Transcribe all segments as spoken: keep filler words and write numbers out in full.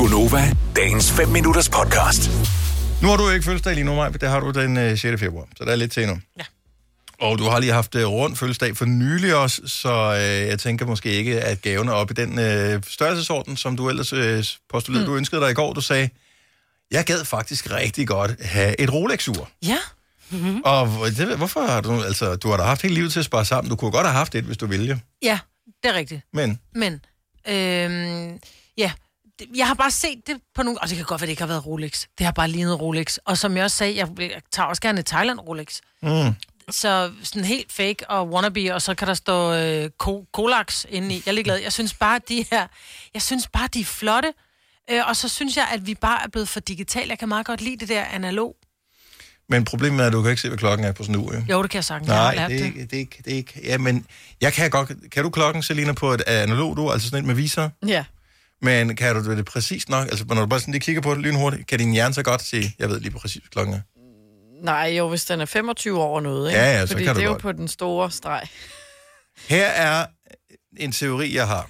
Gonova, dagens fem minutters podcast. Nu har du jo ikke fødselsdag lige nu, Maj, det har du den øh, sjette februar, så der er lidt til endnu. Ja. Og du har lige haft øh, rundt fødselsdag for nylig også, så øh, jeg tænker måske ikke, at gaven er oppe i den øh, størrelsesorden, som du ellers øh, postulerede, mm. du ønskede dig i går. Du sagde, jeg gad faktisk rigtig godt have et Rolex-ur. Ja. Mm-hmm. Og det, hvorfor har du, altså, du har da haft hele livet til at spare sammen. Du kunne godt have haft et, hvis du ville. Ja, det er rigtigt. Men? Men, øhm, ja, jeg har bare set det på nogle... Og det kan godt være, det ikke har været Rolex. Det har bare lignet Rolex. Og som jeg også sagde, jeg, jeg tager også gerne et Thailand Rolex. Mm. Så sådan helt fake og wannabe, og så kan der stå øh, Colax inde i. Jeg er ligeglad. Jeg synes bare, de her... Jeg synes bare, de er flotte. Øh, og så synes jeg, at vi bare er blevet for digitale. Jeg kan meget godt lide det der analog. Men problemet er, at du kan ikke se, hvad klokken er på sådan en uge. Jo, jo det kan jeg sagtens. Nej, jeg det er ikke... Det er ikke, det er ikke ja, men jeg kan godt... Kan du klokken, Selina, på et analog ur, altså sådan et med viser? Ja. Men kan du det præcis nok? Altså, når du bare sådan lige kigger på det lynhurtigt, kan din hjerne så godt sige, jeg ved lige præcis, hvad klokken er? Nej, jo, hvis den er femogtyve over noget, ikke? Ja, ja, så fordi kan du det er godt. jo på den store streg. Her er en teori, jeg har.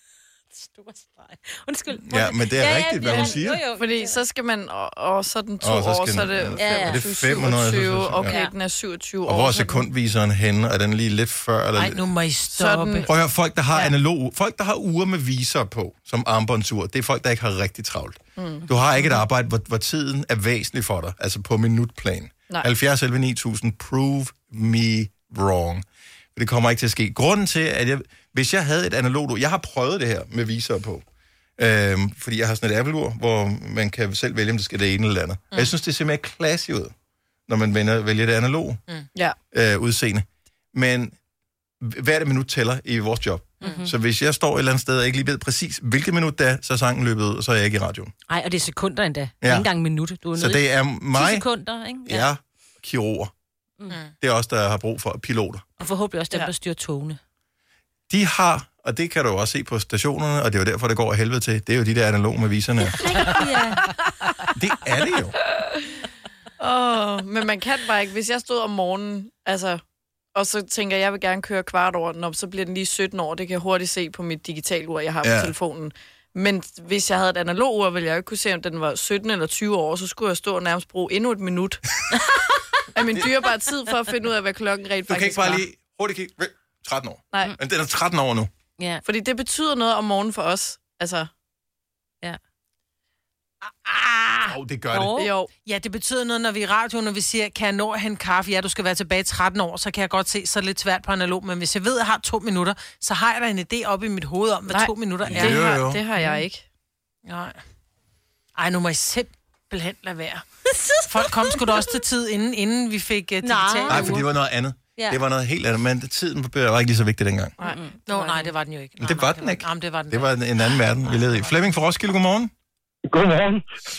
Store streg. Undskyld. Ja, men det er ja, rigtigt, ja, hvad hun ja, siger. Jo, jo. Fordi så skal man, og, og så er den to Og så år, skal så er den- det ja, ja. femogtyve, Det er fem hundrede, syvogtyve, okay, ja. den er syvogtyve år. Og hvor er så den- sekundviseren henne? Er den lige lidt før? Eller... Ej, nu må I stoppe. Sådan. Prøv at høre, folk, der har Ja. analog, folk, der har uger med viser på, som armbåndsur, det er folk, der ikke har rigtig travlt. Mm. Du har ikke et arbejde, hvor, hvor tiden er væsentlig for dig, altså på minutplan. Nej. halvfjerds elleve ni tusind, prove me wrong. For det kommer ikke til at ske. Grunden til, at jeg, hvis jeg havde et analogt ur, jeg har prøvet det her med viser på, øhm, fordi jeg har sådan et Apple-ur, hvor man kan selv vælge, om det skal det ene eller andet. Mm. Jeg synes, det ser mere classy ud, når man vælger, vælger det analog Mm. Ja. øh, udseende. Men hver det minut tæller i vores job. Mm-hmm. Så hvis jeg står et eller andet sted og ikke lige ved præcis, hvilket minut det er, så er sangen løbet ud, og så er jeg ikke i radioen. Nej, og det er sekunder endda. Ja. Ja. Ikke engang minut. Du er Så nede det er i ti mig, sekunder, ikke? ja, kirurger. Mm. Det er også der har brug for piloter. Og forhåbentlig også dem, Ja. der styrer togene. De har, og det kan du jo også se på stationerne, og det er jo derfor, det går af helvede til, det er jo de der analog med viserne. Ja. Det er det jo. Åh, oh, men man kan bare ikke. Hvis jeg stod om morgenen, altså, og så tænker jeg, jeg vil gerne køre kvart over den, og så bliver den lige sytten år. Det kan jeg hurtigt se på mit digitalur, jeg har på Ja. telefonen. Men hvis jeg havde et analog ur, ville jeg jo ikke kunne se, om den var sytten eller tyve år, så skulle jeg stå og nærmest bruge endnu et minut af min dyrebare tid for at finde ud af, hvad klokken rent Du kan faktisk ikke bare var. lige hurtigt kigge. Vent, tretten år. Nej, Men den er tretten år nu. Ja. fordi det betyder noget om morgenen for os. Altså, Åh, oh, det gør det. Nå. jo. Ja, det betyder noget, når vi er i radio, når vi siger, kan jeg nå at hente kaffe? Ja, du skal være tilbage tretten år, så kan jeg godt se, så er det lidt svært på analog. Men hvis jeg ved, at jeg har to minutter, så har jeg da en idé op i mit hoved om, hvad Nej, to minutter Det, er. Jo, jo. har, det har jeg ikke. Nej. Ej, nu må I simpelthen lade være. Folk kom sgu da også til tid, inden, inden vi fik uh, digitale Nej, for det var noget andet. Ja. Det var noget helt andet, men tiden var ikke lige så vigtig dengang. Nej. Nå, nej, det var den jo ikke. Men Nej, det nej, var den ikke. Jamen, det var den Det var en en anden verden, vi levede i. Flemming fra Roskilde, godmorgen. Godmorgen.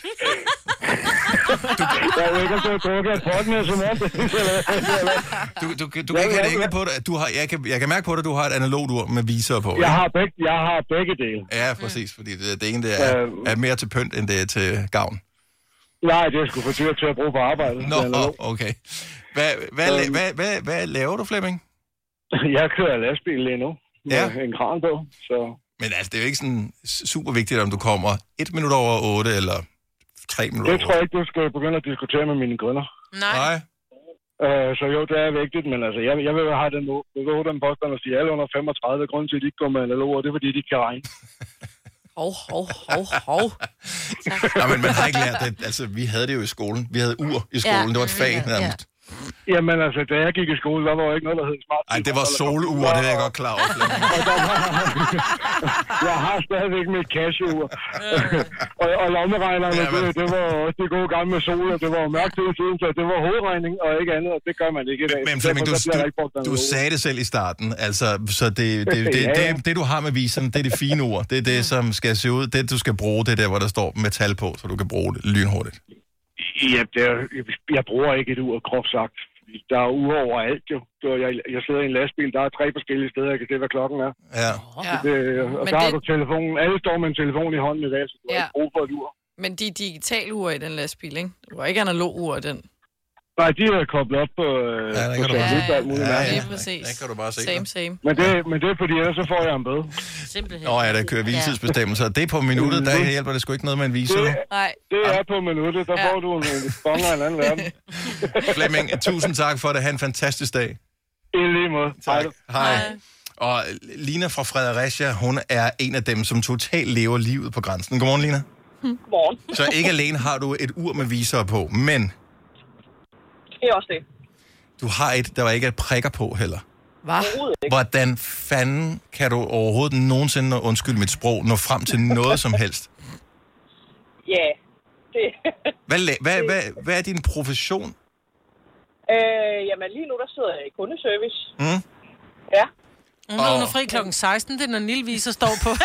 Jeg er ikke så drukke af pot med som om. Du, du, du kan ikke have det hængende på dig. Du har, jeg, kan, jeg kan mærke på dig, at du har et analogt ur med viser på. Jeg Ikke? har begge, jeg har begge dele. Ja, præcis, fordi det, det ene det er, Øhm. er mere til pynt, end det er til gavn. Nej, det er sgu for dyrt til at bruge på arbejde. Nå, okay. Hvad, hvad, la- hvad, hvad, hvad laver du, Flemming? Jeg kører lastbil lige nu. Med Ja. en kran på, så... Men altså, det er jo ikke sådan super vigtigt, om du kommer et minut over otte, eller tre minutter Det tror over jeg ikke, du skal begynde at diskutere med mine kunder. Nej. Nej. Uh, så jo, det er vigtigt, men altså, jeg, jeg vil have den nu. Jeg vil have den påstand at sige, alle under femogtredive, grunden til, at de ikke går med analoger, det er, fordi de ikke kan regne. Hov, hov, hov, hov. Nej, men man har ikke lært det. Altså, vi havde det jo i skolen. Vi havde ur i skolen. Ja. Det var et fag nærmest. Jamen altså, da jeg gik i skole, der var jo ikke noget, der hed smart. Ej, det var solur, det er jeg godt klar over, Flemming. Jeg har stadigvæk mit Casio-ur. og, og lommeregnerne, Ja, men- det, det var også de gode gamle sol, og det var jo mørkt hele tiden, så det var hovedregning og ikke andet, og det gør man ikke i dag. Men Så Flemming, du, derfor, så bliver der ikke brugt du, du analoger. sagde det selv i starten. Altså, så det, det, det, Ja, ja. det, det, du har med viseren, det er det fine ord. Det er det, som skal se ud. Det, du skal bruge, det er der, hvor der står metal på, så du kan bruge det lynhurtigt. Ja, det er, jeg bruger ikke et ur, groft sagt. Der er ure overalt jo. Så jeg, jeg sidder i en lastbil, der er tre forskellige steder, jeg kan se, hvad klokken er. Ja. Ja. Det, og Men så har det- du telefonen. Alle står med en telefon i hånden i dag, så du har Ja. ikke brug for et ur. Men de er digital ure i den lastbil, ikke? Du har ikke analog ure i den. Nej, de er koblet op på... Øh, Ja, der på kan du bare satellit og alt se. muligt Ja, mærkeligt. ja. Lige præcis. Der kan du bare se Same, det. same. Men det, men det er fordi, ellers så får jeg en bøde. Simpelthen. Nå ja, der kører hviletidsbestemmelser. Det er på minuttet, der hjælper det sgu ikke noget med en visor. Det, Nej. det er på minuttet, der Ja. får du en bonger af en anden verden. Flemming, tusind tak for det. Ha' en fantastisk dag. I lige måde. Hej. Tak. Hej. Og Lina fra Fredericia, hun er en af dem, som totalt lever livet på grænsen. Godmorgen, Lina. Godmorgen. Så ikke alene har du et ur med visor på, men Det er også det. du har et, der ikke er prikker på heller. Hvad? Overhovedet ikke. Hvordan fanden kan du overhovedet nogensinde, undskyld mit sprog, nå frem til noget som helst? Ja, det... Hvad, la- hvad, hvad, hvad er din profession? øh, jamen, lige nu, der sidder jeg i kundeservice. Mm? Ja. Hun er under fri klokken seksten, det er, når en lille viser står på.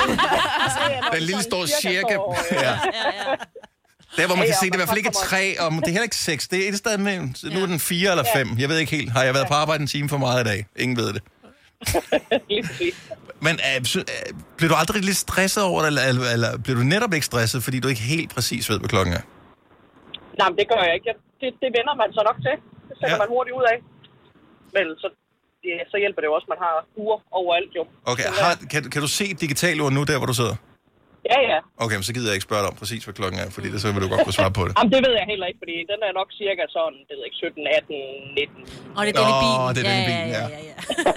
Den lille står cirka... For, øh, Ja. Der, hvor man Ja, kan ja, se, det er i hvert fald ikke man tre, og det er heller ikke seks. Det er et sted med, nu er den fire eller fem. Jeg ved ikke helt. Har jeg været på arbejde en time for meget i dag? Ingen ved det. lige præcis. Men øh, sy- øh, bliver du aldrig lidt stresset over det, eller, eller, eller bliver du netop ikke stresset, fordi du ikke helt præcis ved, hvad klokken er? Nej, men det gør jeg ikke. Jeg- Det, det vender man så nok til. Det sætter Ja. man hurtigt ud af. Men så, ja, så hjælper det jo også, at man har ure overalt jo. Okay, Så, har, kan, kan du se et digitalt ur nu, der hvor du sidder? Ja, ja. Okay, men så gider jeg ikke spørge dig om præcis, hvad klokken er, fordi det, så vil du godt kunne svare på det. Jamen, det ved jeg heller ikke, fordi den er nok cirka sådan, det ved jeg ikke, sytten, atten, nitten. Og det er den i bilen. Åh, det er den i bilen, ja. ja, ja, ja.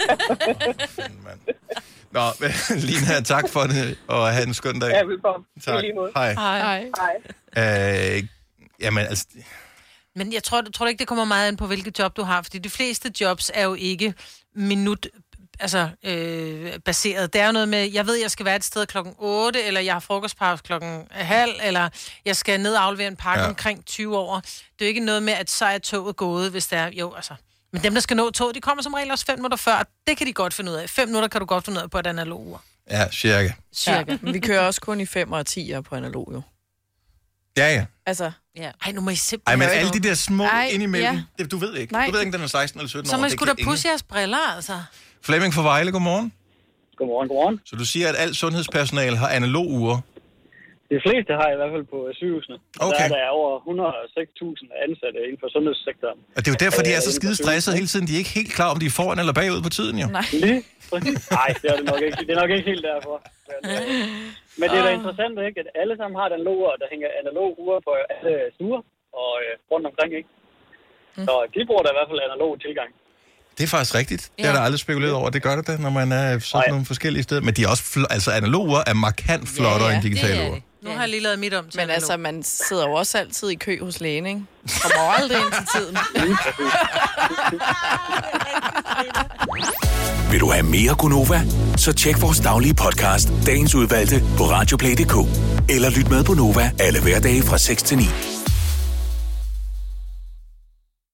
Fanden, mand. Nå, Lina, tak for det, og have en skøn dag. Ja, velkommen. Tak. I lige måde. Hej. Hej. Hej. Øh, jamen, altså... Men jeg tror, tror ikke, det kommer meget an på, hvilket job du har, fordi de fleste jobs er jo ikke minut altså, øh, baseret. Det er jo noget med, jeg ved, jeg skal være et sted klokken otte, eller jeg har frokostpause klokken halv, eller jeg skal ned og aflevere en pakke Ja. ja. omkring tyve år. Det er jo ikke noget med, at så er toget gået, hvis det er, jo, altså. Men dem, der skal nå toget, de kommer som regel også fem minutter før, og det kan de godt finde ud af. Fem minutter kan du godt finde ud af på et analog ur. Ja, cirka. Cirka. Ja, vi kører også kun i fem og ti'er på analog, jo. Ja, ja. Altså, ja. Ej, nu må I Ej, simpelthen... men høre alle noget. de der små Ej, indimellem, ja. det, du ved ikke. Nej. Du ved ikke, om den er seksten eller sytten Så år. man det skulle da kan pusse jeres briller, altså. ingen. Flemming fra Vejle, godmorgen. Godmorgen, godmorgen. Så du siger, at alt sundhedspersonale har analog ure. De fleste har i hvert fald på sygehusene. Okay. Der er der over et hundrede og seks tusind ansatte inden for sundhedssektoren. Og det er jo derfor, de er så Øh, skide stressede hele tiden. De er ikke helt klar, om de er foran eller bagud på tiden, jo. nej. Lige præcis. Nej, det er det nok ikke. Det er nok ikke helt derfor. Men, øh, men det er da interessant, ikke? At alle sammen har et analog ur, der hænger analog ure på alle stuer og øh, rundt omkring, ikke? Så de bruger da i hvert fald analog tilgang. Det er faktisk rigtigt. Det Ja. har jeg aldrig spekuleret over. Det gør det da, når man er sådan Nej. nogle forskellige steder. Men de er også fl- altså analoge ure er markant flottere Ja, ja. end digitale Det er ure. det. Nu har jeg lige lavet mit om til Men analog. altså, man sidder jo også altid i kø hos lægen, ikke? Kommer jo aldrig ind til tiden. Vil du have mere Gunova? Så tjek vores daglige podcast, dagens udvalgte, på radioplay punktum d k. Eller lyt med på Nova alle hverdage fra seks til ni.